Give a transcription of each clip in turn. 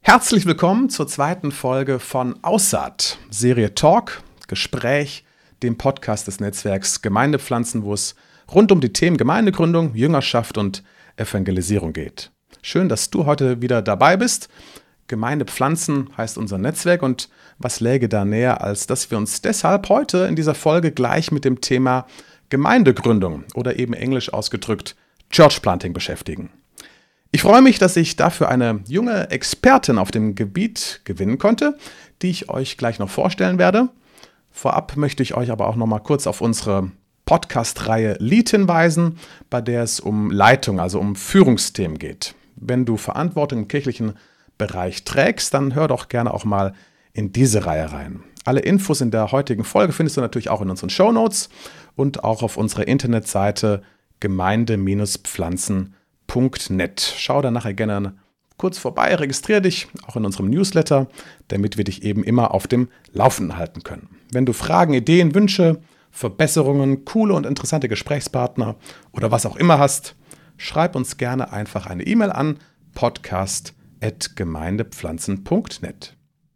Herzlich willkommen zur zweiten Folge von Aussaat, Serie Talk, Gespräch, dem Podcast des Netzwerks Gemeindepflanzen, wo es rund um die Themen Gemeindegründung, Jüngerschaft und Evangelisierung geht. Schön, dass du heute wieder dabei bist. Gemeindepflanzen heißt unser Netzwerk und was läge da näher, als dass wir uns deshalb heute in dieser Folge gleich mit dem Thema Gemeindegründung oder eben englisch ausgedrückt Church Planting beschäftigen. Ich freue mich, dass ich dafür eine junge Expertin auf dem Gebiet gewinnen konnte, die ich euch gleich noch vorstellen werde. Vorab möchte ich euch aber auch noch mal kurz auf unsere Podcast-Reihe Lead hinweisen, bei der es um Leitung, also um Führungsthemen geht. Wenn du Verantwortung im kirchlichen Bereich trägst, dann hör doch gerne auch mal in diese Reihe rein. Alle Infos in der heutigen Folge findest du natürlich auch in unseren Shownotes und auch auf unserer Internetseite gemeinde-pflanzen.net. Schau da nachher gerne kurz vorbei, registriere dich auch in unserem Newsletter, damit wir dich eben immer auf dem Laufenden halten können. Wenn du Fragen, Ideen, Wünsche, Verbesserungen, coole und interessante Gesprächspartner oder was auch immer hast, schreib uns gerne einfach eine E-Mail an podcast@gemeindepflanzen.net.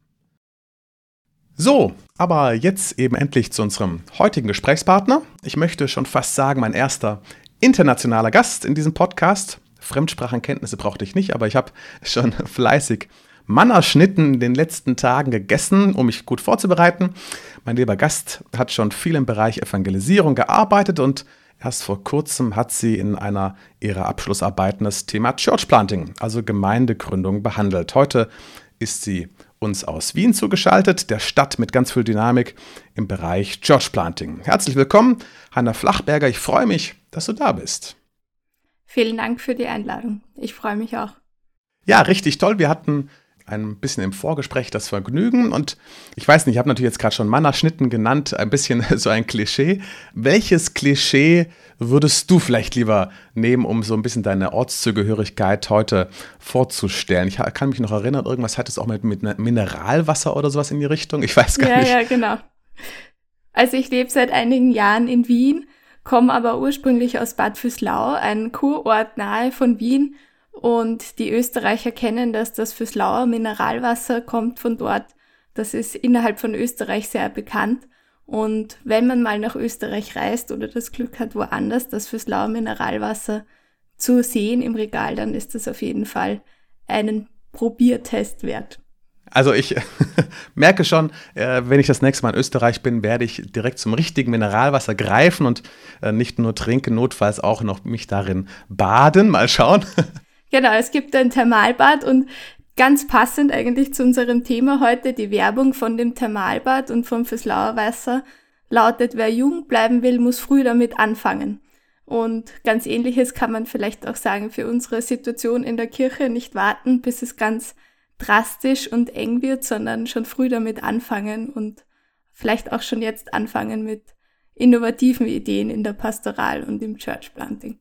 So, aber jetzt eben endlich zu unserem heutigen Gesprächspartner. Ich möchte schon fast sagen, mein erster internationaler Gast in diesem Podcast. Fremdsprachenkenntnisse brauchte ich nicht, aber ich habe schon fleißig Mannerschnitten in den letzten Tagen gegessen, um mich gut vorzubereiten. Mein lieber Gast hat schon viel im Bereich Evangelisierung gearbeitet und erst vor kurzem hat sie in einer ihrer Abschlussarbeiten das Thema Church Planting, also Gemeindegründung, behandelt. Heute ist sie uns aus Wien zugeschaltet, der Stadt mit ganz viel Dynamik im Bereich Church Planting. Herzlich willkommen, Hanna Flachberger. Ich freue mich, dass du da bist. Vielen Dank für die Einladung. Ich freue mich auch. Ja, richtig toll. Wir hatten ein bisschen im Vorgespräch das Vergnügen und ich weiß nicht, ich habe natürlich jetzt gerade schon Mannerschnitten genannt, ein bisschen so ein Klischee. Welches Klischee würdest du vielleicht lieber nehmen, um so ein bisschen deine Ortszugehörigkeit heute vorzustellen? Ich kann mich noch erinnern, irgendwas hat es auch mit Mineralwasser oder sowas in die Richtung. Ich weiß gar nicht. Ja, genau. Also ich lebe seit einigen Jahren in Wien, komme aber ursprünglich aus Bad Vöslau, ein Kurort nahe von Wien. Und die Österreicher kennen das Vöslauer Mineralwasser kommt von dort. Das ist innerhalb von Österreich sehr bekannt. Und wenn man mal nach Österreich reist oder das Glück hat, woanders das Vöslauer Mineralwasser zu sehen im Regal, dann ist das auf jeden Fall einen Probiertest wert. Also ich merke schon, wenn ich das nächste Mal in Österreich bin, werde ich direkt zum richtigen Mineralwasser greifen und nicht nur trinken, notfalls auch noch mich darin baden. Mal schauen. Genau, es gibt ein Thermalbad und ganz passend eigentlich zu unserem Thema heute, die Werbung von dem Thermalbad und vom Vöslauer Wasser lautet, wer jung bleiben will, muss früh damit anfangen. Und ganz Ähnliches kann man vielleicht auch sagen für unsere Situation in der Kirche, nicht warten, bis es ganz drastisch und eng wird, sondern schon früh damit anfangen und vielleicht auch schon jetzt anfangen mit innovativen Ideen in der Pastoral und im Church Planting.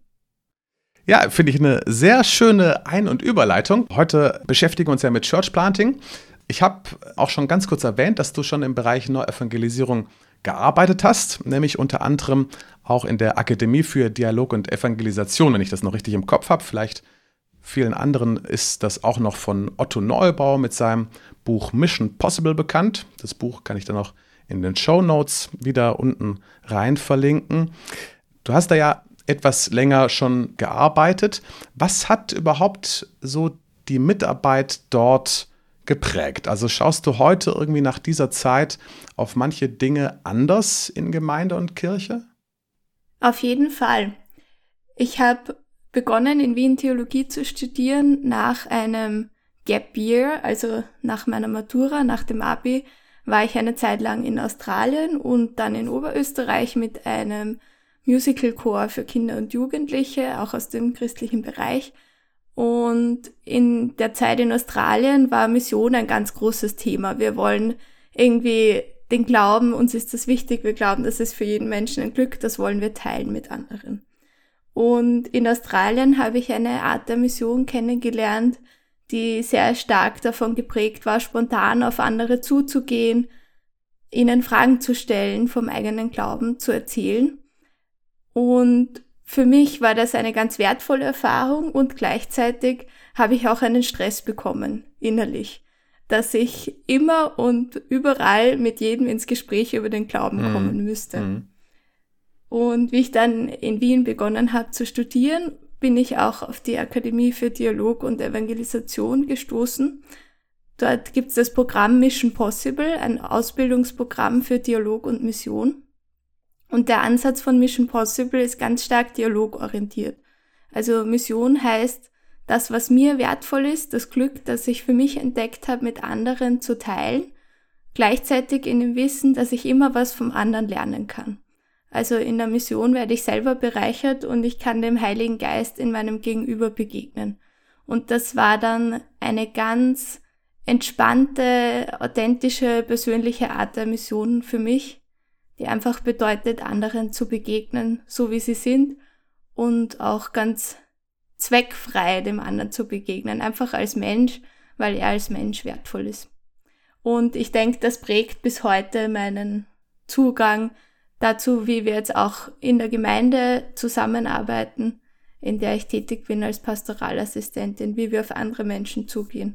Ja, finde ich eine sehr schöne Ein- und Überleitung. Heute beschäftigen wir uns ja mit Church Planting. Ich habe auch schon ganz kurz erwähnt, dass du schon im Bereich Neuevangelisierung gearbeitet hast, nämlich unter anderem auch in der Akademie für Dialog und Evangelisation, wenn ich das noch richtig im Kopf habe. Vielleicht vielen anderen ist das auch noch von Otto Neubauer mit seinem Buch Mission Possible bekannt. Das Buch kann ich dann auch in den Shownotes wieder unten rein verlinken. Du hast da ja etwas länger schon gearbeitet. Was hat überhaupt so die Mitarbeit dort geprägt? Also schaust du heute irgendwie nach dieser Zeit auf manche Dinge anders in Gemeinde und Kirche? Auf jeden Fall. Ich habe begonnen, in Wien Theologie zu studieren nach einem Gap Year, also nach meiner Matura, nach dem Abi, war ich eine Zeit lang in Australien und dann in Oberösterreich mit einem Musical-Chor für Kinder und Jugendliche, auch aus dem christlichen Bereich. Und in der Zeit in Australien war Mission ein ganz großes Thema. Wir wollen irgendwie den Glauben, uns ist das wichtig, wir glauben, das ist für jeden Menschen ein Glück, das wollen wir teilen mit anderen. Und in Australien habe ich eine Art der Mission kennengelernt, die sehr stark davon geprägt war, spontan auf andere zuzugehen, ihnen Fragen zu stellen, vom eigenen Glauben zu erzählen. Und für mich war das eine ganz wertvolle Erfahrung und gleichzeitig habe ich auch einen Stress bekommen, innerlich, dass ich immer und überall mit jedem ins Gespräch über den Glauben kommen müsste. Und wie ich dann in Wien begonnen habe zu studieren, bin ich auch auf die Akademie für Dialog und Evangelisation gestoßen. Dort gibt es das Programm Mission Possible, ein Ausbildungsprogramm für Dialog und Mission. Und der Ansatz von Mission Possible ist ganz stark dialogorientiert. Also Mission heißt, das, was mir wertvoll ist, das Glück, das ich für mich entdeckt habe, mit anderen zu teilen, gleichzeitig in dem Wissen, dass ich immer was vom anderen lernen kann. Also in der Mission werde ich selber bereichert und ich kann dem Heiligen Geist in meinem Gegenüber begegnen. Und das war dann eine ganz entspannte, authentische, persönliche Art der Mission für mich, die einfach bedeutet, anderen zu begegnen, so wie sie sind und auch ganz zweckfrei dem anderen zu begegnen, einfach als Mensch, weil er als Mensch wertvoll ist. Und ich denke, das prägt bis heute meinen Zugang dazu, wie wir jetzt auch in der Gemeinde zusammenarbeiten, in der ich tätig bin als Pastoralassistentin, wie wir auf andere Menschen zugehen.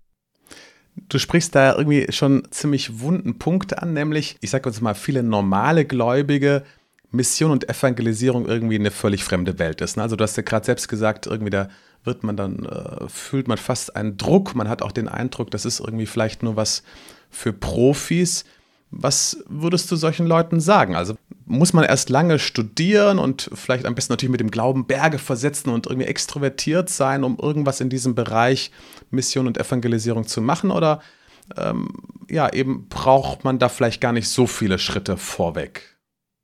Du sprichst da irgendwie schon ziemlich wunden Punkt an, nämlich, ich sage uns mal, viele normale Gläubige, Mission und Evangelisierung irgendwie eine völlig fremde Welt ist. Also du hast ja gerade selbst gesagt, irgendwie da wird man dann, fühlt man fast einen Druck, man hat auch den Eindruck, das ist irgendwie vielleicht nur was für Profis. Was würdest du solchen Leuten sagen? Also muss man erst lange studieren und vielleicht am besten natürlich mit dem Glauben Berge versetzen und irgendwie extrovertiert sein, um irgendwas in diesem Bereich Mission und Evangelisierung zu machen? Oder eben braucht man da vielleicht gar nicht so viele Schritte vorweg?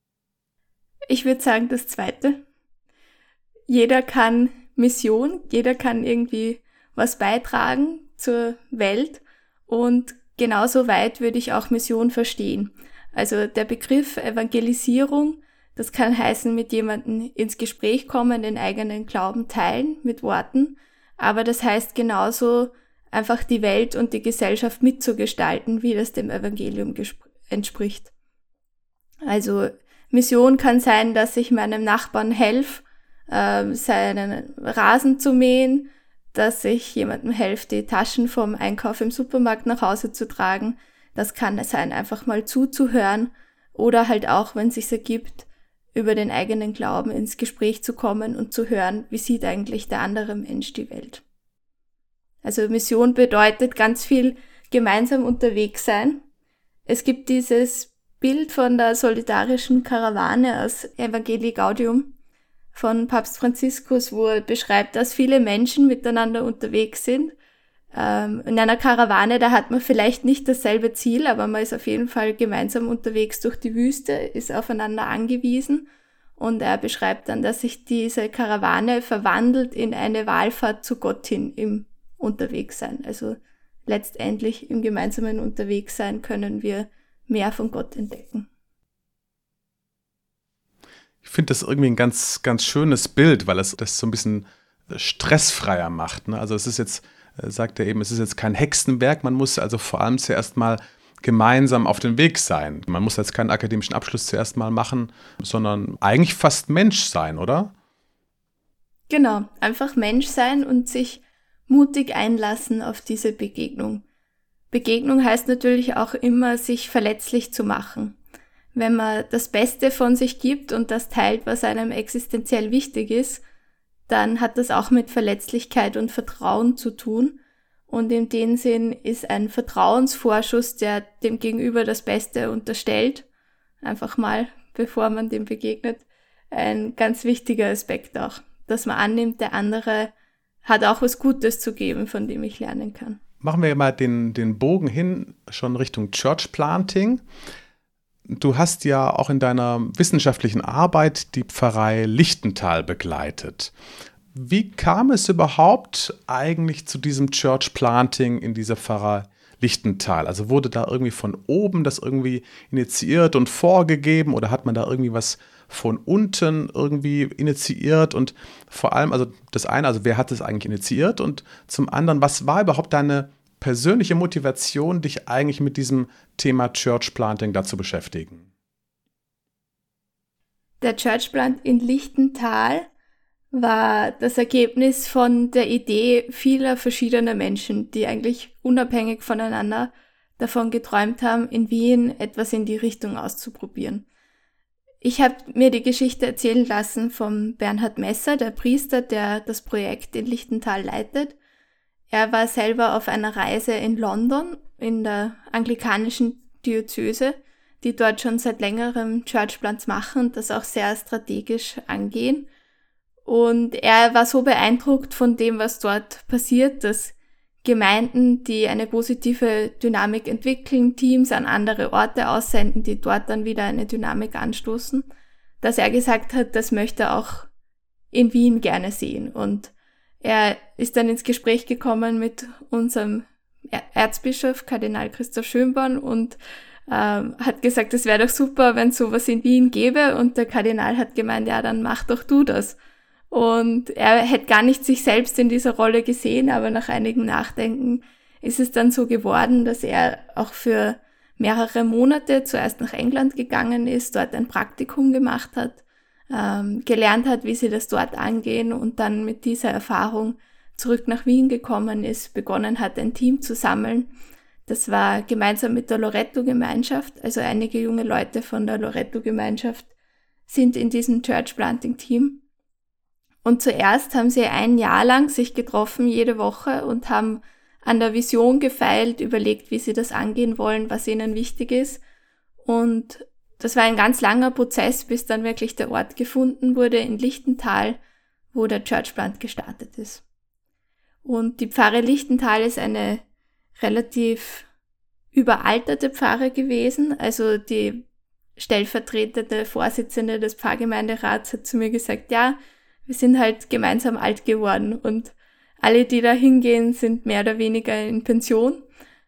Ich würde sagen, das Zweite. Jeder kann Mission, jeder kann irgendwie was beitragen zur Welt und genauso weit würde ich auch Mission verstehen. Also der Begriff Evangelisierung, das kann heißen, mit jemandem ins Gespräch kommen, den eigenen Glauben teilen mit Worten, aber das heißt genauso einfach die Welt und die Gesellschaft mitzugestalten, wie das dem Evangelium entspricht. Also Mission kann sein, dass ich meinem Nachbarn helfe, seinen Rasen zu mähen, dass ich jemandem helfe, die Taschen vom Einkauf im Supermarkt nach Hause zu tragen. Das kann es sein, einfach mal zuzuhören oder halt auch, wenn es sich ergibt, über den eigenen Glauben ins Gespräch zu kommen und zu hören, wie sieht eigentlich der andere Mensch die Welt. Also Mission bedeutet ganz viel gemeinsam unterwegs sein. Es gibt dieses Bild von der solidarischen Karawane aus Evangelii Gaudium von Papst Franziskus, wo er beschreibt, dass viele Menschen miteinander unterwegs sind. In einer Karawane, da hat man vielleicht nicht dasselbe Ziel, aber man ist auf jeden Fall gemeinsam unterwegs durch die Wüste, ist aufeinander angewiesen. Und er beschreibt dann, dass sich diese Karawane verwandelt in eine Wallfahrt zu Gott hin im Unterwegssein. Also letztendlich im gemeinsamen Unterwegssein können wir mehr von Gott entdecken. Ich finde das irgendwie ein ganz, ganz schönes Bild, weil es das so ein bisschen stressfreier macht. Ne? Also es ist jetzt, sagt er eben, es ist jetzt kein Hexenwerk, man muss also vor allem zuerst mal gemeinsam auf dem Weg sein. Man muss jetzt keinen akademischen Abschluss zuerst mal machen, sondern eigentlich fast Mensch sein, oder? Genau, einfach Mensch sein und sich mutig einlassen auf diese Begegnung. Begegnung heißt natürlich auch immer, sich verletzlich zu machen. Wenn man das Beste von sich gibt und das teilt, was einem existenziell wichtig ist, dann hat das auch mit Verletzlichkeit und Vertrauen zu tun. Und in dem Sinn ist ein Vertrauensvorschuss, der dem Gegenüber das Beste unterstellt, einfach mal, bevor man dem begegnet, ein ganz wichtiger Aspekt auch, dass man annimmt, der andere hat auch was Gutes zu geben, von dem ich lernen kann. Machen wir mal den Bogen hin, schon Richtung Church Planting. Du hast ja auch in deiner wissenschaftlichen Arbeit die Pfarrei Lichtental begleitet. Wie kam es überhaupt eigentlich zu diesem Church Planting in dieser Pfarrei Lichtental? Also wurde da irgendwie von oben das irgendwie initiiert und vorgegeben oder hat man da irgendwie was von unten irgendwie initiiert? Und vor allem, also das eine, also wer hat es eigentlich initiiert? Und zum anderen, was war überhaupt deine persönliche Motivation, dich eigentlich mit diesem Thema Church Planting da zu beschäftigen? Der Church Plant in Lichtental war das Ergebnis von der Idee vieler verschiedener Menschen, die eigentlich unabhängig voneinander davon geträumt haben, in Wien etwas in die Richtung auszuprobieren. Ich habe mir die Geschichte erzählen lassen vom Bernhard Messer, der Priester, der das Projekt in Lichtental leitet. Er war selber auf einer Reise in London, in der anglikanischen Diözese, die dort schon seit längerem Churchplants machen und das auch sehr strategisch angehen. Und er war so beeindruckt von dem, was dort passiert, dass Gemeinden, die eine positive Dynamik entwickeln, Teams an andere Orte aussenden, die dort dann wieder eine Dynamik anstoßen, dass er gesagt hat, das möchte er auch in Wien gerne sehen. Und er ist dann ins Gespräch gekommen mit unserem Erzbischof, Kardinal Christoph Schönborn, und hat gesagt, es wäre doch super, wenn es sowas in Wien gäbe. Und der Kardinal hat gemeint, ja, dann mach doch du das. Und er hätte gar nicht sich selbst in dieser Rolle gesehen, aber nach einigem Nachdenken ist es dann so geworden, dass er auch für mehrere Monate zuerst nach England gegangen ist, dort ein Praktikum gemacht hat, gelernt hat, wie sie das dort angehen und dann mit dieser Erfahrung zurück nach Wien gekommen ist, begonnen hat, ein Team zu sammeln. Das war gemeinsam mit der Loretto-Gemeinschaft, also einige junge Leute von der Loretto-Gemeinschaft sind in diesem Church-Planting-Team. Und zuerst haben sie 1 Jahr lang sich getroffen, jede Woche, und haben an der Vision gefeilt, überlegt, wie sie das angehen wollen, was ihnen wichtig ist. Und das war ein ganz langer Prozess, bis dann wirklich der Ort gefunden wurde in Lichtental, wo der Churchplant gestartet ist. Und die Pfarre Lichtental ist eine relativ überalterte Pfarre gewesen. Also die stellvertretende Vorsitzende des Pfarrgemeinderats hat zu mir gesagt, ja, wir sind halt gemeinsam alt geworden und alle, die da hingehen, sind mehr oder weniger in Pension.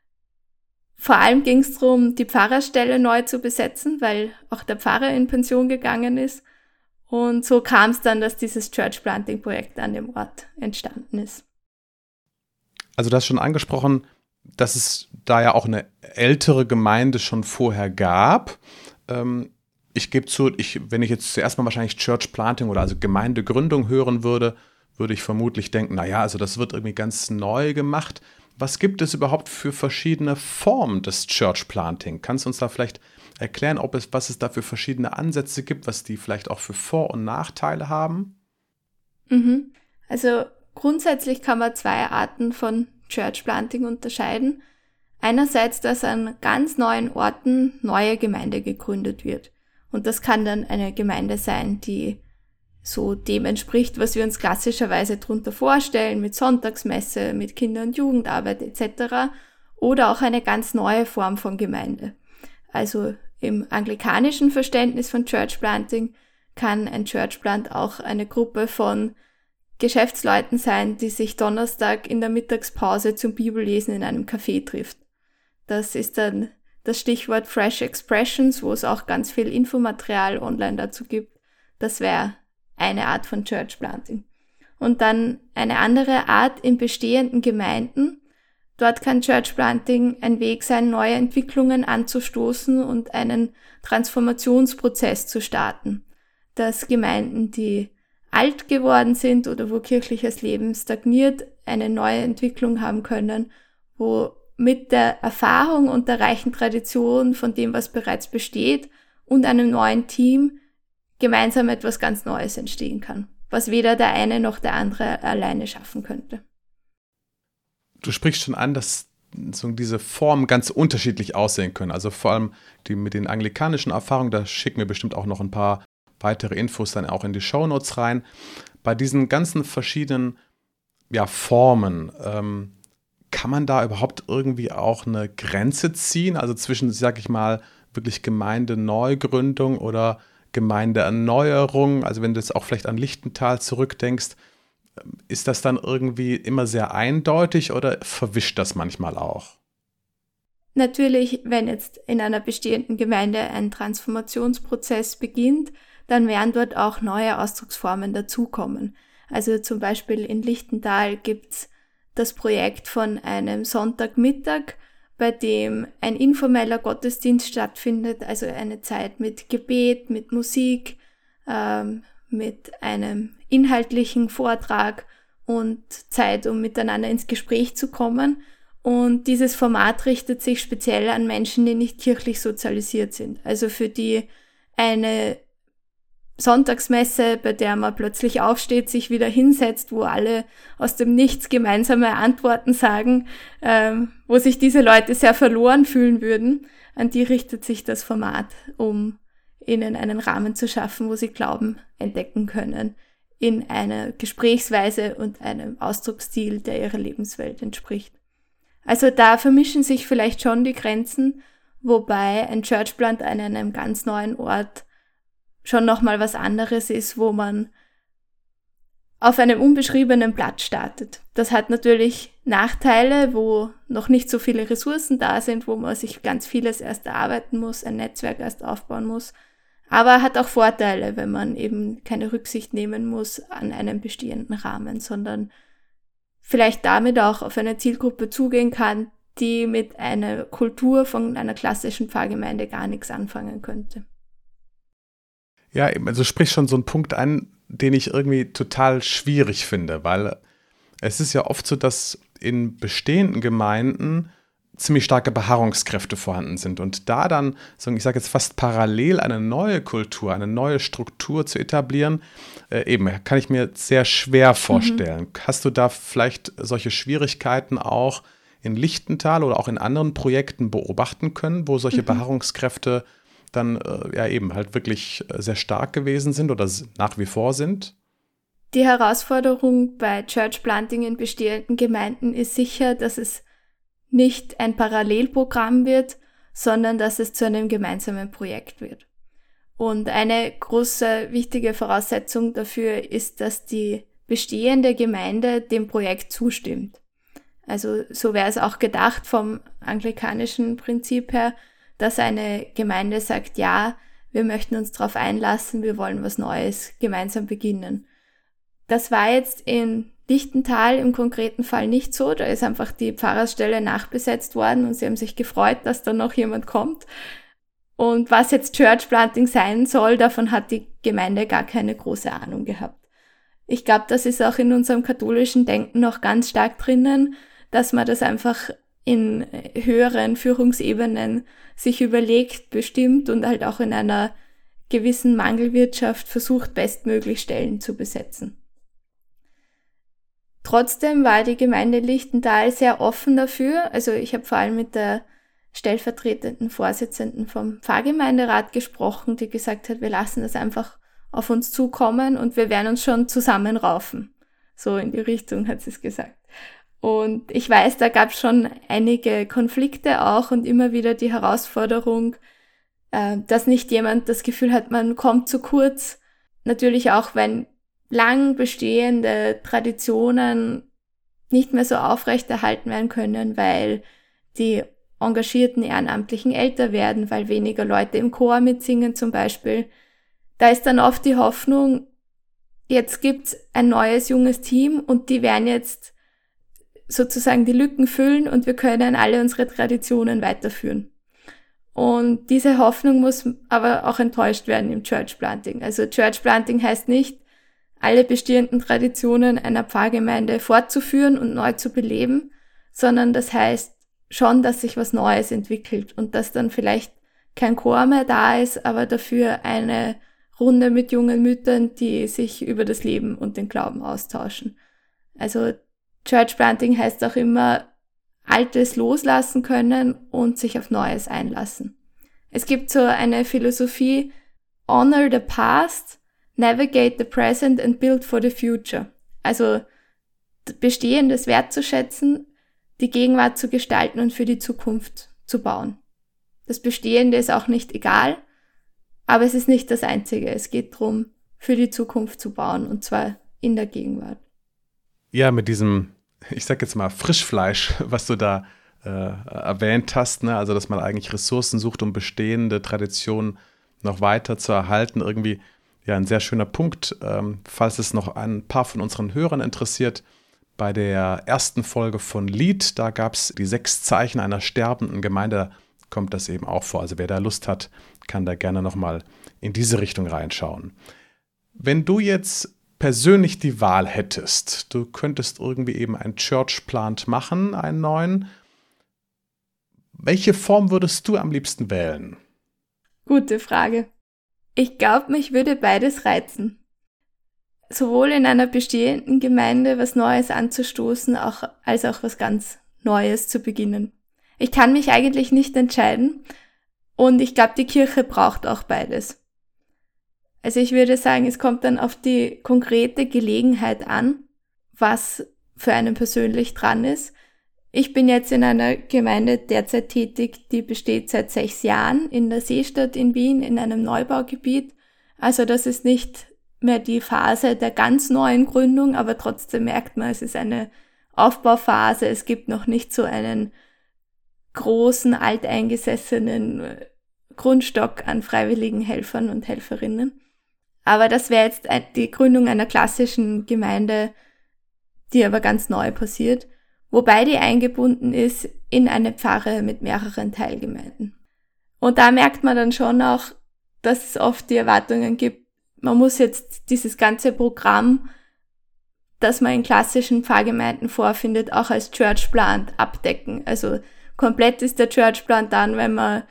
Vor allem ging es darum, die Pfarrerstelle neu zu besetzen, weil auch der Pfarrer in Pension gegangen ist. Und so kam es dann, dass dieses Church-Planting-Projekt an dem Ort entstanden ist. Also du hast schon angesprochen, dass es da ja auch eine ältere Gemeinde schon vorher gab. Ich gebe zu, wenn ich jetzt zuerst mal wahrscheinlich Church Planting oder also Gemeindegründung hören würde, würde ich vermutlich denken, naja, also das wird irgendwie ganz neu gemacht. Was gibt es überhaupt für verschiedene Formen des Church Planting? Kannst du uns da vielleicht erklären, was es da für verschiedene Ansätze gibt, was die vielleicht auch für Vor- und Nachteile haben? Also grundsätzlich kann man 2 Arten von Church Planting unterscheiden. Einerseits, dass an ganz neuen Orten neue Gemeinde gegründet wird. Und das kann dann eine Gemeinde sein, die so dem entspricht, was wir uns klassischerweise darunter vorstellen, mit Sonntagsmesse, mit Kinder- und Jugendarbeit etc. Oder auch eine ganz neue Form von Gemeinde. Also im anglikanischen Verständnis von Church Planting kann ein Church Plant auch eine Gruppe von Geschäftsleuten sein, die sich Donnerstag in der Mittagspause zum Bibellesen in einem Café trifft. Das ist dann das Stichwort Fresh Expressions, wo es auch ganz viel Infomaterial online dazu gibt. Das wäre eine Art von Church Planting. Und dann eine andere Art in bestehenden Gemeinden. Dort kann Church Planting ein Weg sein, neue Entwicklungen anzustoßen und einen Transformationsprozess zu starten. Dass Gemeinden, die alt geworden sind oder wo kirchliches Leben stagniert, eine neue Entwicklung haben können, wo mit der Erfahrung und der reichen Tradition von dem, was bereits besteht und einem neuen Team gemeinsam etwas ganz Neues entstehen kann, was weder der eine noch der andere alleine schaffen könnte. Du sprichst schon an, dass so diese Formen ganz unterschiedlich aussehen können. Also vor allem die mit den anglikanischen Erfahrungen, da schicken wir bestimmt auch noch ein paar weitere Infos dann auch in die Shownotes rein. Bei diesen ganzen verschiedenen Formen, kann man da überhaupt irgendwie auch eine Grenze ziehen? Also zwischen, sag ich mal, wirklich Gemeindeneugründung oder Gemeindeerneuerung? Also wenn du jetzt auch vielleicht an Lichtental zurückdenkst, ist das dann irgendwie immer sehr eindeutig oder verwischt das manchmal auch? Natürlich, wenn jetzt in einer bestehenden Gemeinde ein Transformationsprozess beginnt, dann werden dort auch neue Ausdrucksformen dazukommen. Also zum Beispiel in Lichtental gibt's das Projekt von einem Sonntagmittag, bei dem ein informeller Gottesdienst stattfindet, also eine Zeit mit Gebet, mit Musik, mit einem inhaltlichen Vortrag und Zeit, um miteinander ins Gespräch zu kommen. Und dieses Format richtet sich speziell an Menschen, die nicht kirchlich sozialisiert sind. Also für die eine Sonntagsmesse, bei der man plötzlich aufsteht, sich wieder hinsetzt, wo alle aus dem Nichts gemeinsame Antworten sagen, wo sich diese Leute sehr verloren fühlen würden, an die richtet sich das Format, um ihnen einen Rahmen zu schaffen, wo sie Glauben entdecken können, in einer Gesprächsweise und einem Ausdrucksstil, der ihrer Lebenswelt entspricht. Also da vermischen sich vielleicht schon die Grenzen, wobei ein Churchplant an einem ganz neuen Ort schon nochmal was anderes ist, wo man auf einem unbeschriebenen Blatt startet. Das hat natürlich Nachteile, wo noch nicht so viele Ressourcen da sind, wo man sich ganz vieles erst erarbeiten muss, ein Netzwerk erst aufbauen muss, aber hat auch Vorteile, wenn man eben keine Rücksicht nehmen muss an einen bestehenden Rahmen, sondern vielleicht damit auch auf eine Zielgruppe zugehen kann, die mit einer Kultur von einer klassischen Pfarrgemeinde gar nichts anfangen könnte. Ja, also sprich schon so einen Punkt an, den ich irgendwie total schwierig finde, weil es ist ja oft so, dass in bestehenden Gemeinden ziemlich starke Beharrungskräfte vorhanden sind und da dann, ich sage jetzt fast parallel eine neue Kultur, eine neue Struktur zu etablieren, eben kann ich mir sehr schwer vorstellen. Hast du da vielleicht solche Schwierigkeiten auch in Lichtental oder auch in anderen Projekten beobachten können, wo solche Beharrungskräfte dann eben halt wirklich sehr stark gewesen sind oder nach wie vor sind? Die Herausforderung bei Church Planting in bestehenden Gemeinden ist sicher, dass es nicht ein Parallelprogramm wird, sondern dass es zu einem gemeinsamen Projekt wird. Und eine große, wichtige Voraussetzung dafür ist, dass die bestehende Gemeinde dem Projekt zustimmt. Also so wäre es auch gedacht vom anglikanischen Prinzip her, dass eine Gemeinde sagt, ja, wir möchten uns darauf einlassen, wir wollen was Neues gemeinsam beginnen. Das war jetzt in Lichtental im konkreten Fall nicht so, da ist einfach die Pfarrersstelle nachbesetzt worden und sie haben sich gefreut, dass da noch jemand kommt. Und was jetzt Church Planting sein soll, davon hat die Gemeinde gar keine große Ahnung gehabt. Ich glaube, das ist auch in unserem katholischen Denken noch ganz stark drinnen, dass man das einfach in höheren Führungsebenen sich überlegt, bestimmt und halt auch in einer gewissen Mangelwirtschaft versucht, bestmöglich Stellen zu besetzen. Trotzdem war die Gemeinde Lichtental sehr offen dafür. Also ich habe vor allem mit der stellvertretenden Vorsitzenden vom Pfarrgemeinderat gesprochen, die gesagt hat, wir lassen das einfach auf uns zukommen und wir werden uns schon zusammenraufen. So in die Richtung hat sie es gesagt. Und ich weiß, da gab es schon einige Konflikte auch und immer wieder die Herausforderung, dass nicht jemand das Gefühl hat, man kommt zu kurz. Natürlich auch, wenn lang bestehende Traditionen nicht mehr so aufrechterhalten werden können, weil die engagierten Ehrenamtlichen älter werden, weil weniger Leute im Chor mitsingen zum Beispiel. Da ist dann oft die Hoffnung, jetzt gibt's ein neues, junges Team und die werden jetzt sozusagen die Lücken füllen und wir können alle unsere Traditionen weiterführen. Und diese Hoffnung muss aber auch enttäuscht werden im Church Planting. Also Church Planting heißt nicht, alle bestehenden Traditionen einer Pfarrgemeinde fortzuführen und neu zu beleben, sondern das heißt schon, dass sich was Neues entwickelt und dass dann vielleicht kein Chor mehr da ist, aber dafür eine Runde mit jungen Müttern, die sich über das Leben und den Glauben austauschen. Also Church Planting heißt auch immer, Altes loslassen können und sich auf Neues einlassen. Es gibt so eine Philosophie, Honor the past, Navigate the present and build for the future. Also Bestehendes wertzuschätzen, die Gegenwart zu gestalten und für die Zukunft zu bauen. Das Bestehende ist auch nicht egal, aber es ist nicht das Einzige. Es geht darum, für die Zukunft zu bauen und zwar in der Gegenwart. Ja, mit diesem, ich sag jetzt mal, Frischfleisch, was du da erwähnt hast, ne? Also dass man eigentlich Ressourcen sucht, um bestehende Traditionen noch weiter zu erhalten, irgendwie ja ein sehr schöner Punkt. Falls es noch ein paar von unseren Hörern interessiert, bei der ersten Folge von Lied, da gab es die 6 Zeichen einer sterbenden Gemeinde, da kommt das eben auch vor. Also wer da Lust hat, kann da gerne nochmal in diese Richtung reinschauen. Wenn du jetzt persönlich die Wahl hättest, du könntest irgendwie eben einen Church-Plant machen, einen neuen, welche Form würdest du am liebsten wählen? Gute Frage. Ich glaube, mich würde beides reizen. Sowohl in einer bestehenden Gemeinde was Neues anzustoßen, als auch was ganz Neues zu beginnen. Ich kann mich eigentlich nicht entscheiden und ich glaube, die Kirche braucht auch beides. Also ich würde sagen, es kommt dann auf die konkrete Gelegenheit an, was für einen persönlich dran ist. Ich bin jetzt in einer Gemeinde derzeit tätig, die besteht seit 6 Jahren in der Seestadt in Wien in einem Neubaugebiet. Also das ist nicht mehr die Phase der ganz neuen Gründung, aber trotzdem merkt man, es ist eine Aufbauphase. Es gibt noch nicht so einen großen, alteingesessenen Grundstock an freiwilligen Helfern und Helferinnen. Aber das wäre jetzt die Gründung einer klassischen Gemeinde, die aber ganz neu passiert, wobei die eingebunden ist in eine Pfarre mit mehreren Teilgemeinden. Und da merkt man dann schon auch, dass es oft die Erwartungen gibt, man muss jetzt dieses ganze Programm, das man in klassischen Pfarrgemeinden vorfindet, auch als Churchplan abdecken. Also komplett ist der Churchplan dann, wenn man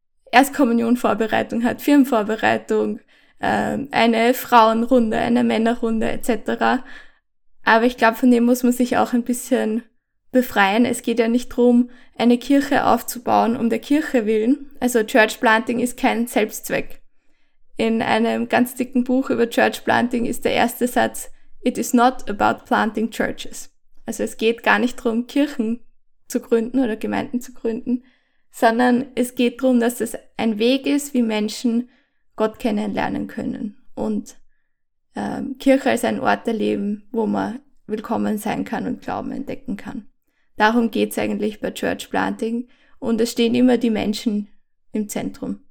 Erstkommunionvorbereitung hat, Firmenvorbereitung, eine Frauenrunde, eine Männerrunde etc. Aber ich glaube, von dem muss man sich auch ein bisschen befreien. Es geht ja nicht darum, eine Kirche aufzubauen um der Kirche willen. Also Church Planting ist kein Selbstzweck. In einem ganz dicken Buch über Church Planting ist der erste Satz, "It is not about planting churches." Also es geht gar nicht darum, Kirchen zu gründen oder Gemeinden zu gründen, sondern es geht darum, dass es ein Weg ist, wie Menschen Gott kennenlernen können. Und Kirche als ein Ort erleben, wo man willkommen sein kann und Glauben entdecken kann. Darum geht's eigentlich bei Church Planting und es stehen immer die Menschen im Zentrum.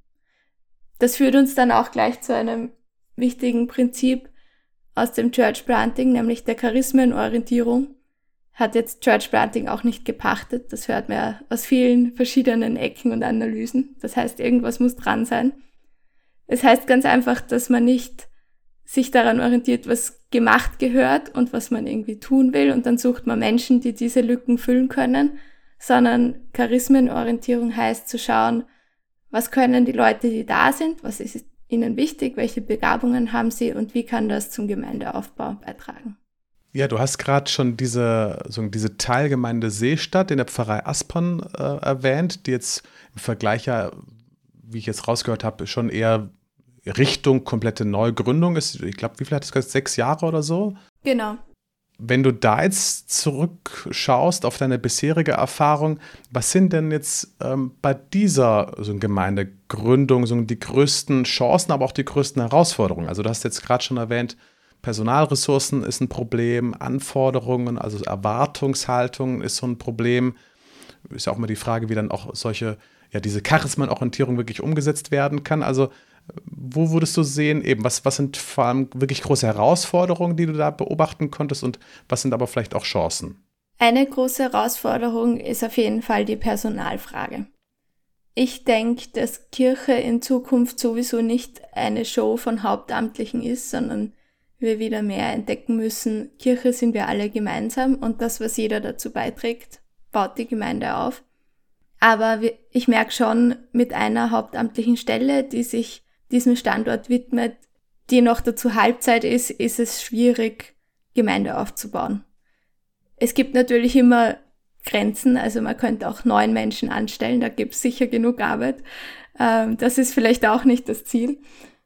Das führt uns dann auch gleich zu einem wichtigen Prinzip aus dem Church Planting, nämlich der Charismenorientierung. Hat jetzt Church Planting auch nicht gepachtet, das hört man ja aus vielen verschiedenen Ecken und Analysen. Das heißt, irgendwas muss dran sein. Es heißt ganz einfach, dass man nicht sich daran orientiert, was gemacht gehört und was man irgendwie tun will und dann sucht man Menschen, die diese Lücken füllen können, sondern Charismenorientierung heißt zu schauen, was können die Leute, die da sind, was ist ihnen wichtig, welche Begabungen haben sie und wie kann das zum Gemeindeaufbau beitragen. Ja, du hast gerade schon diese Teilgemeinde Seestadt in der Pfarrei Aspern erwähnt, die jetzt im Vergleich ja, wie ich jetzt rausgehört habe, schon eher Richtung komplette Neugründung ist. Ich glaube, wie viel hat das gesagt? 6 Jahre oder so? Genau. Wenn du da jetzt zurückschaust auf deine bisherige Erfahrung, was sind denn jetzt bei dieser Gemeindegründung die größten Chancen, aber auch die größten Herausforderungen? Also du hast jetzt gerade schon erwähnt, Personalressourcen ist ein Problem, Anforderungen, also Erwartungshaltung ist so ein Problem. Ist ja auch mal die Frage, wie dann auch diese Charismenorientierung wirklich umgesetzt werden kann. Also wo würdest du sehen, eben, was sind vor allem wirklich große Herausforderungen, die du da beobachten konntest und was sind aber vielleicht auch Chancen? Eine große Herausforderung ist auf jeden Fall die Personalfrage. Ich denke, dass Kirche in Zukunft sowieso nicht eine Show von Hauptamtlichen ist, sondern wir wieder mehr entdecken müssen, Kirche sind wir alle gemeinsam und das, was jeder dazu beiträgt, baut die Gemeinde auf. Aber ich merke schon, mit einer hauptamtlichen Stelle, die sich diesem Standort widmet, die noch dazu Halbzeit ist es schwierig, Gemeinde aufzubauen. Es gibt natürlich immer Grenzen, also man könnte auch 9 Menschen anstellen, da gibt es sicher genug Arbeit. Das ist vielleicht auch nicht das Ziel.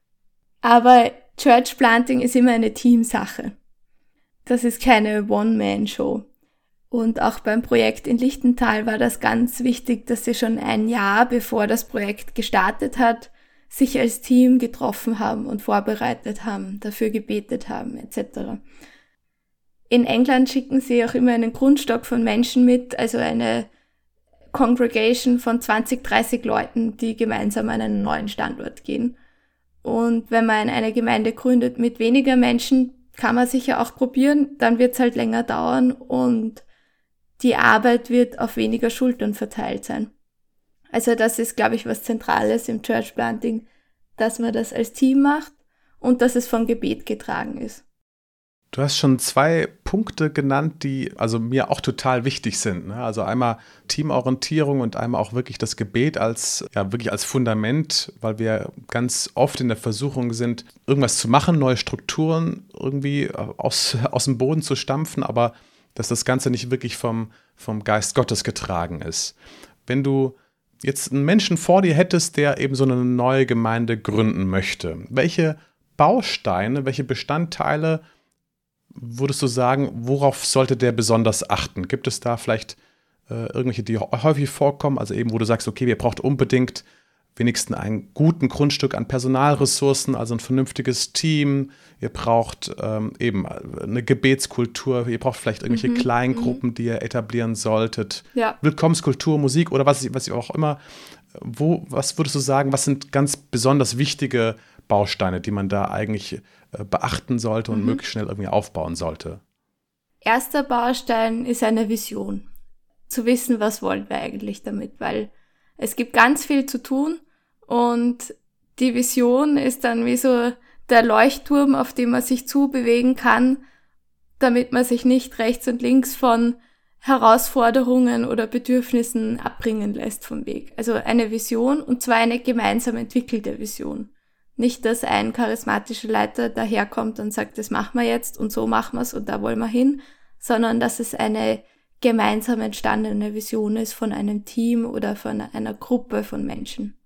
Aber Church Planting ist immer eine Teamsache. Das ist keine One-Man-Show. Und auch beim Projekt in Lichtental war das ganz wichtig, dass sie schon ein Jahr, bevor das Projekt gestartet hat, sich als Team getroffen haben und vorbereitet haben, dafür gebetet haben, etc. In England schicken sie auch immer einen Grundstock von Menschen mit, also eine Congregation von 20, 30 Leuten, die gemeinsam an einen neuen Standort gehen. Und wenn man eine Gemeinde gründet mit weniger Menschen, kann man sicher auch probieren, dann wird es halt länger dauern und die Arbeit wird auf weniger Schultern verteilt sein. Also das ist, glaube ich, was Zentrales im Church Planting, dass man das als Team macht und dass es von Gebet getragen ist. Du hast schon 2 Punkte genannt, die also mir auch total wichtig sind, ne? Also einmal Teamorientierung und einmal auch wirklich das Gebet wirklich als Fundament, weil wir ganz oft in der Versuchung sind, irgendwas zu machen, neue Strukturen irgendwie aus dem Boden zu stampfen, aber dass das Ganze nicht wirklich vom Geist Gottes getragen ist. Wenn du jetzt einen Menschen vor dir hättest, der eben so eine neue Gemeinde gründen möchte, welche Bausteine, welche Bestandteile würdest du sagen, worauf sollte der besonders achten? Gibt es da vielleicht irgendwelche, die häufig vorkommen, also eben, wo du sagst, okay, ihr braucht unbedingt wenigstens ein guten Grundstück an Personalressourcen, also ein vernünftiges Team, ihr braucht eben eine Gebetskultur, ihr braucht vielleicht irgendwelche Kleingruppen, die ihr etablieren solltet, Willkommenskultur, Musik oder was auch immer. Was würdest du sagen, was sind ganz besonders wichtige Bausteine, die man da eigentlich beachten sollte und möglichst schnell irgendwie aufbauen sollte? Erster Baustein ist eine Vision. Zu wissen, was wollen wir eigentlich damit, weil es gibt ganz viel zu tun und die Vision ist dann wie so der Leuchtturm, auf dem man sich zubewegen kann, damit man sich nicht rechts und links von Herausforderungen oder Bedürfnissen abbringen lässt vom Weg. Also eine Vision und zwar eine gemeinsam entwickelte Vision. Nicht, dass ein charismatischer Leiter daherkommt und sagt, das machen wir jetzt und so machen wir es und da wollen wir hin, sondern dass es eine gemeinsam entstandene Vision ist von einem Team oder von einer Gruppe von Menschen.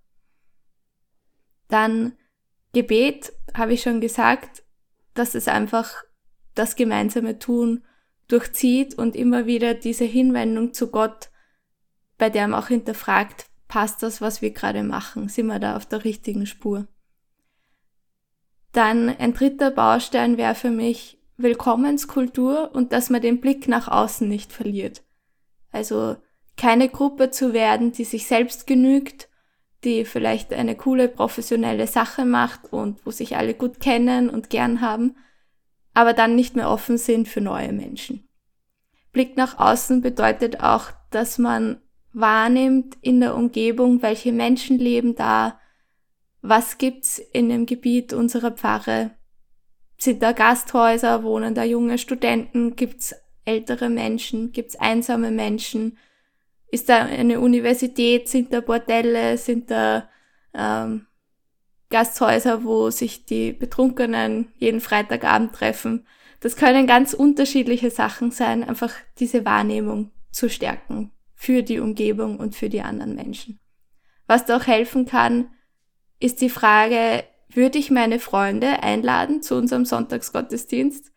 Dann Gebet, habe ich schon gesagt, dass es einfach das gemeinsame Tun durchzieht und immer wieder diese Hinwendung zu Gott, bei der man auch hinterfragt, passt das, was wir gerade machen? Sind wir da auf der richtigen Spur? Dann ein dritter Baustein wäre für mich Willkommenskultur und dass man den Blick nach außen nicht verliert. Also keine Gruppe zu werden, die sich selbst genügt, die vielleicht eine coole professionelle Sache macht und wo sich alle gut kennen und gern haben, aber dann nicht mehr offen sind für neue Menschen. Blick nach außen bedeutet auch, dass man wahrnimmt in der Umgebung, welche Menschen leben da, was gibt's in dem Gebiet unserer Pfarre? Sind da Gasthäuser, wohnen da junge Studenten, gibt's ältere Menschen, gibt's einsame Menschen? Ist da eine Universität, sind da Bordelle, sind da Gasthäuser, wo sich die Betrunkenen jeden Freitagabend treffen? Das können ganz unterschiedliche Sachen sein, einfach diese Wahrnehmung zu stärken für die Umgebung und für die anderen Menschen. Was da auch helfen kann, ist die Frage, würde ich meine Freunde einladen zu unserem Sonntagsgottesdienst?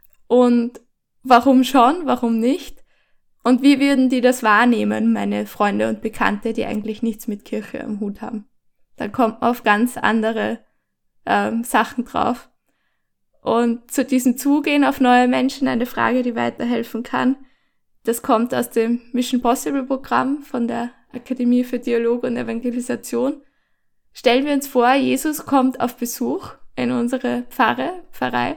Und warum schon, warum nicht? Und wie würden die das wahrnehmen, meine Freunde und Bekannte, die eigentlich nichts mit Kirche am Hut haben? Da kommt man auf ganz andere Sachen drauf. Und zu diesem Zugehen auf neue Menschen eine Frage, die weiterhelfen kann. Das kommt aus dem Mission Possible Programm von der Akademie für Dialog und Evangelisation. Stellen wir uns vor, Jesus kommt auf Besuch in unsere Pfarrei.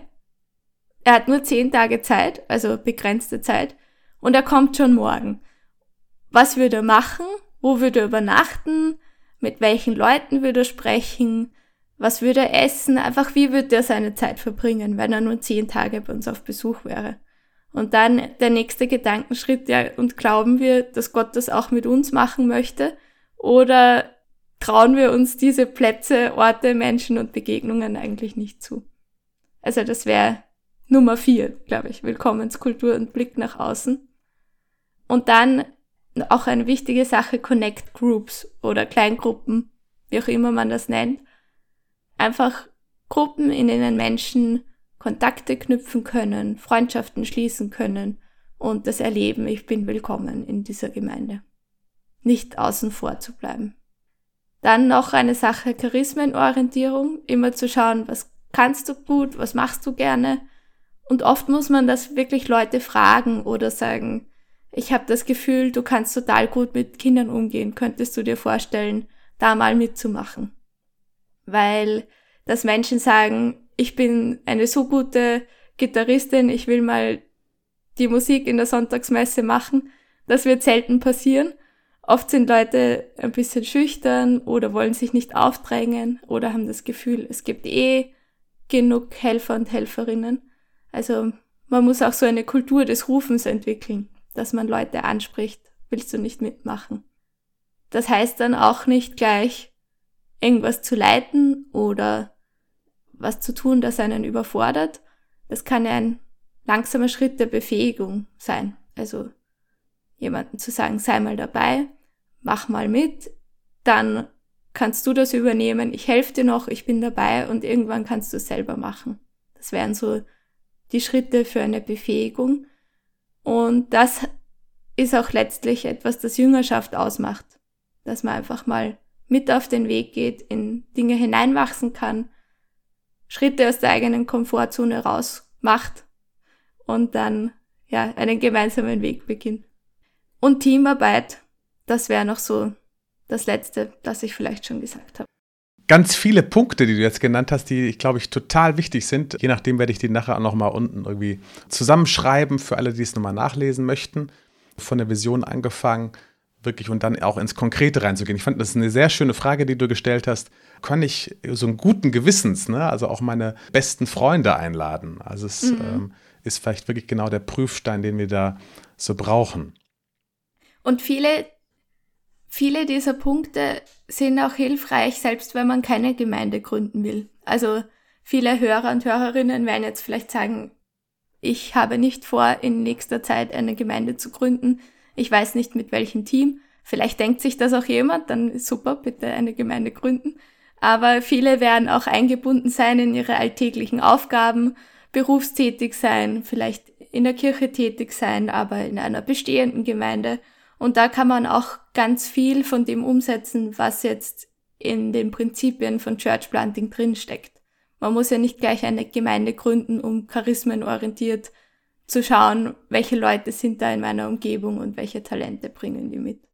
Er hat nur 10 Tage Zeit, also begrenzte Zeit, und er kommt schon morgen. Was würde er machen? Wo würde er übernachten? Mit welchen Leuten würde er sprechen? Was würde er essen? Einfach, wie würde er seine Zeit verbringen, wenn er nur 10 Tage bei uns auf Besuch wäre? Und dann der nächste Gedankenschritt, und glauben wir, dass Gott das auch mit uns machen möchte? Oder trauen wir uns diese Plätze, Orte, Menschen und Begegnungen eigentlich nicht zu? Also das wäre Nummer 4, glaube ich, Willkommenskultur und Blick nach außen. Und dann auch eine wichtige Sache, Connect Groups oder Kleingruppen, wie auch immer man das nennt. Einfach Gruppen, in denen Menschen Kontakte knüpfen können, Freundschaften schließen können und das erleben, ich bin willkommen in dieser Gemeinde. Nicht außen vor zu bleiben. Dann noch eine Sache, Charismenorientierung, immer zu schauen, was kannst du gut, was machst du gerne. Und oft muss man das wirklich Leute fragen oder sagen, ich habe das Gefühl, du kannst total gut mit Kindern umgehen, könntest du dir vorstellen, da mal mitzumachen? Weil dass Menschen sagen, ich bin eine so gute Gitarristin, ich will mal die Musik in der Sonntagsmesse machen, das wird selten passieren. Oft sind Leute ein bisschen schüchtern oder wollen sich nicht aufdrängen oder haben das Gefühl, es gibt genug Helfer und Helferinnen. Also man muss auch so eine Kultur des Rufens entwickeln, dass man Leute anspricht, willst du nicht mitmachen? Das heißt dann auch nicht gleich irgendwas zu leiten oder was zu tun, das einen überfordert. Das kann ja ein langsamer Schritt der Befähigung sein. Also jemandem zu sagen, sei mal dabei, mach mal mit, dann kannst du das übernehmen, ich helfe dir noch, ich bin dabei und irgendwann kannst du es selber machen. Das wären so die Schritte für eine Befähigung. Und das ist auch letztlich etwas, das Jüngerschaft ausmacht. Dass man einfach mal mit auf den Weg geht, in Dinge hineinwachsen kann, Schritte aus der eigenen Komfortzone raus macht und dann einen gemeinsamen Weg beginnt. Und Teamarbeit, das wäre noch so das Letzte, das ich vielleicht schon gesagt habe. Ganz viele Punkte, die du jetzt genannt hast, die, glaube ich, total wichtig sind. Je nachdem werde ich die nachher auch nochmal unten irgendwie zusammenschreiben, für alle, die es nochmal nachlesen möchten. Von der Vision angefangen, wirklich und dann auch ins Konkrete reinzugehen. Ich fand, das ist eine sehr schöne Frage, die du gestellt hast. Kann ich so einen guten Gewissens, also auch meine besten Freunde einladen? Also es ist vielleicht wirklich genau der Prüfstein, den wir da so brauchen. Und viele dieser Punkte sind auch hilfreich, selbst wenn man keine Gemeinde gründen will. Also viele Hörer und Hörerinnen werden jetzt vielleicht sagen, ich habe nicht vor, in nächster Zeit eine Gemeinde zu gründen. Ich weiß nicht, mit welchem Team. Vielleicht denkt sich das auch jemand, dann ist super, bitte eine Gemeinde gründen. Aber viele werden auch eingebunden sein in ihre alltäglichen Aufgaben, berufstätig sein, vielleicht in der Kirche tätig sein, aber in einer bestehenden Gemeinde. Und da kann man auch ganz viel von dem umsetzen, was jetzt in den Prinzipien von Church Planting drinsteckt. Man muss ja nicht gleich eine Gemeinde gründen, um charismenorientiert zu schauen, welche Leute sind da in meiner Umgebung und welche Talente bringen die mit.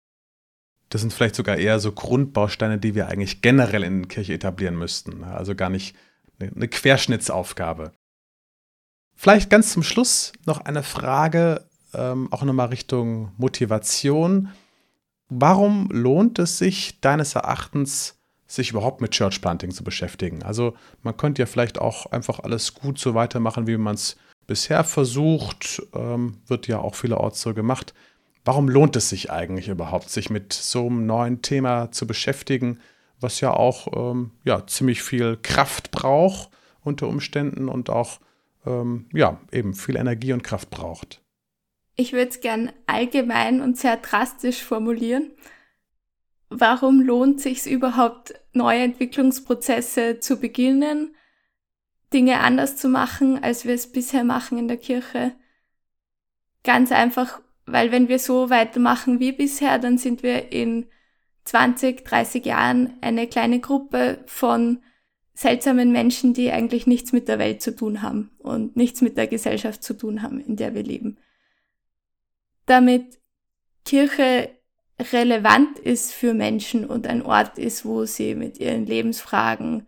Das sind vielleicht sogar eher so Grundbausteine, die wir eigentlich generell in der Kirche etablieren müssten. Also gar nicht eine Querschnittsaufgabe. Vielleicht ganz zum Schluss noch eine Frage, auch nochmal Richtung Motivation. Warum lohnt es sich deines Erachtens, sich überhaupt mit Church Planting zu beschäftigen? Also man könnte ja vielleicht auch einfach alles gut so weitermachen, wie man es bisher versucht, wird ja auch vielerorts so gemacht. Warum lohnt es sich eigentlich überhaupt, sich mit so einem neuen Thema zu beschäftigen, was ja auch ziemlich viel Kraft braucht unter Umständen und auch eben viel Energie und Kraft braucht? Ich würde es gern allgemein und sehr drastisch formulieren. Warum lohnt es sich überhaupt, neue Entwicklungsprozesse zu beginnen, Dinge anders zu machen, als wir es bisher machen in der Kirche? Ganz einfach, weil wenn wir so weitermachen wie bisher, dann sind wir in 20, 30 Jahren eine kleine Gruppe von seltsamen Menschen, die eigentlich nichts mit der Welt zu tun haben und nichts mit der Gesellschaft zu tun haben, in der wir leben. Damit Kirche relevant ist für Menschen und ein Ort ist, wo sie mit ihren Lebensfragen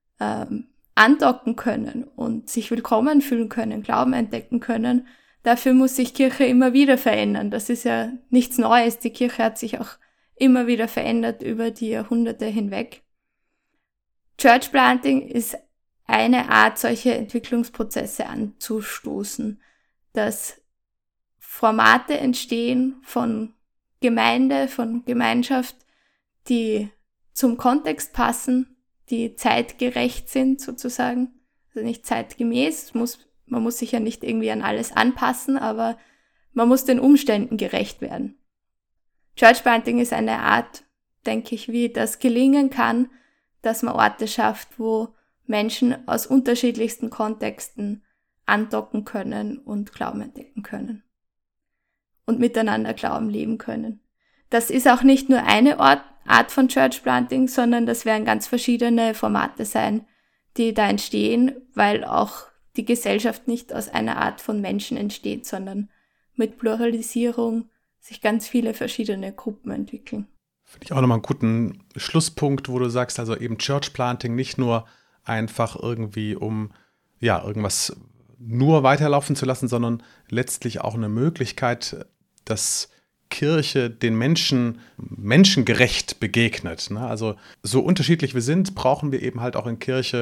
andocken können und sich willkommen fühlen können, Glauben entdecken können, dafür muss sich Kirche immer wieder verändern. Das ist ja nichts Neues. Die Kirche hat sich auch immer wieder verändert über die Jahrhunderte hinweg. Church Planting ist eine Art, solche Entwicklungsprozesse anzustoßen, dass Formate entstehen von Gemeinde, von Gemeinschaft, die zum Kontext passen, die zeitgerecht sind sozusagen, also nicht zeitgemäß. Man muss sich ja nicht irgendwie an alles anpassen, aber man muss den Umständen gerecht werden. Church Planting ist eine Art, denke ich, wie das gelingen kann, dass man Orte schafft, wo Menschen aus unterschiedlichsten Kontexten andocken können und Glauben entdecken können. Und miteinander Glauben leben können. Das ist auch nicht nur eine Art von Church Planting, sondern das werden ganz verschiedene Formate sein, die da entstehen, weil auch die Gesellschaft nicht aus einer Art von Menschen entsteht, sondern mit Pluralisierung sich ganz viele verschiedene Gruppen entwickeln. Finde ich auch nochmal einen guten Schlusspunkt, wo du sagst, also eben Church Planting nicht nur einfach irgendwie, um irgendwas nur weiterlaufen zu lassen, sondern letztlich auch eine Möglichkeit, dass Kirche den Menschen menschengerecht begegnet. Also so unterschiedlich wir sind, brauchen wir eben halt auch in Kirche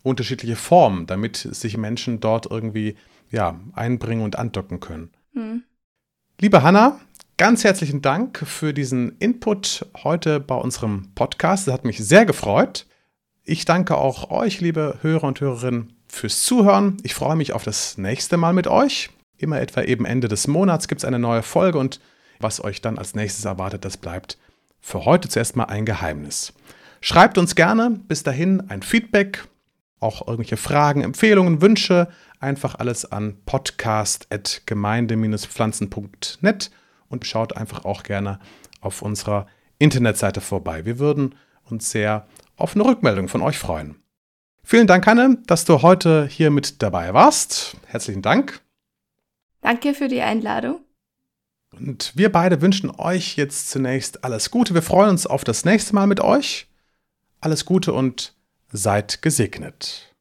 unterschiedliche Formen, damit sich Menschen dort irgendwie einbringen und andocken können. Liebe Hanna, ganz herzlichen Dank für diesen Input heute bei unserem Podcast. Das hat mich sehr gefreut. Ich danke auch euch, liebe Hörer und Hörerinnen, fürs Zuhören. Ich freue mich auf das nächste Mal mit euch. Immer etwa eben Ende des Monats gibt es eine neue Folge und was euch dann als nächstes erwartet, das bleibt für heute zuerst mal ein Geheimnis. Schreibt uns gerne bis dahin ein Feedback, auch irgendwelche Fragen, Empfehlungen, Wünsche, einfach alles an podcast@gemeinde-pflanzen.net und schaut einfach auch gerne auf unserer Internetseite vorbei. Wir würden uns sehr auf eine Rückmeldung von euch freuen. Vielen Dank, Hanne, dass du heute hier mit dabei warst. Herzlichen Dank. Danke für die Einladung. Und wir beide wünschen euch jetzt zunächst alles Gute. Wir freuen uns auf das nächste Mal mit euch. Alles Gute und seid gesegnet.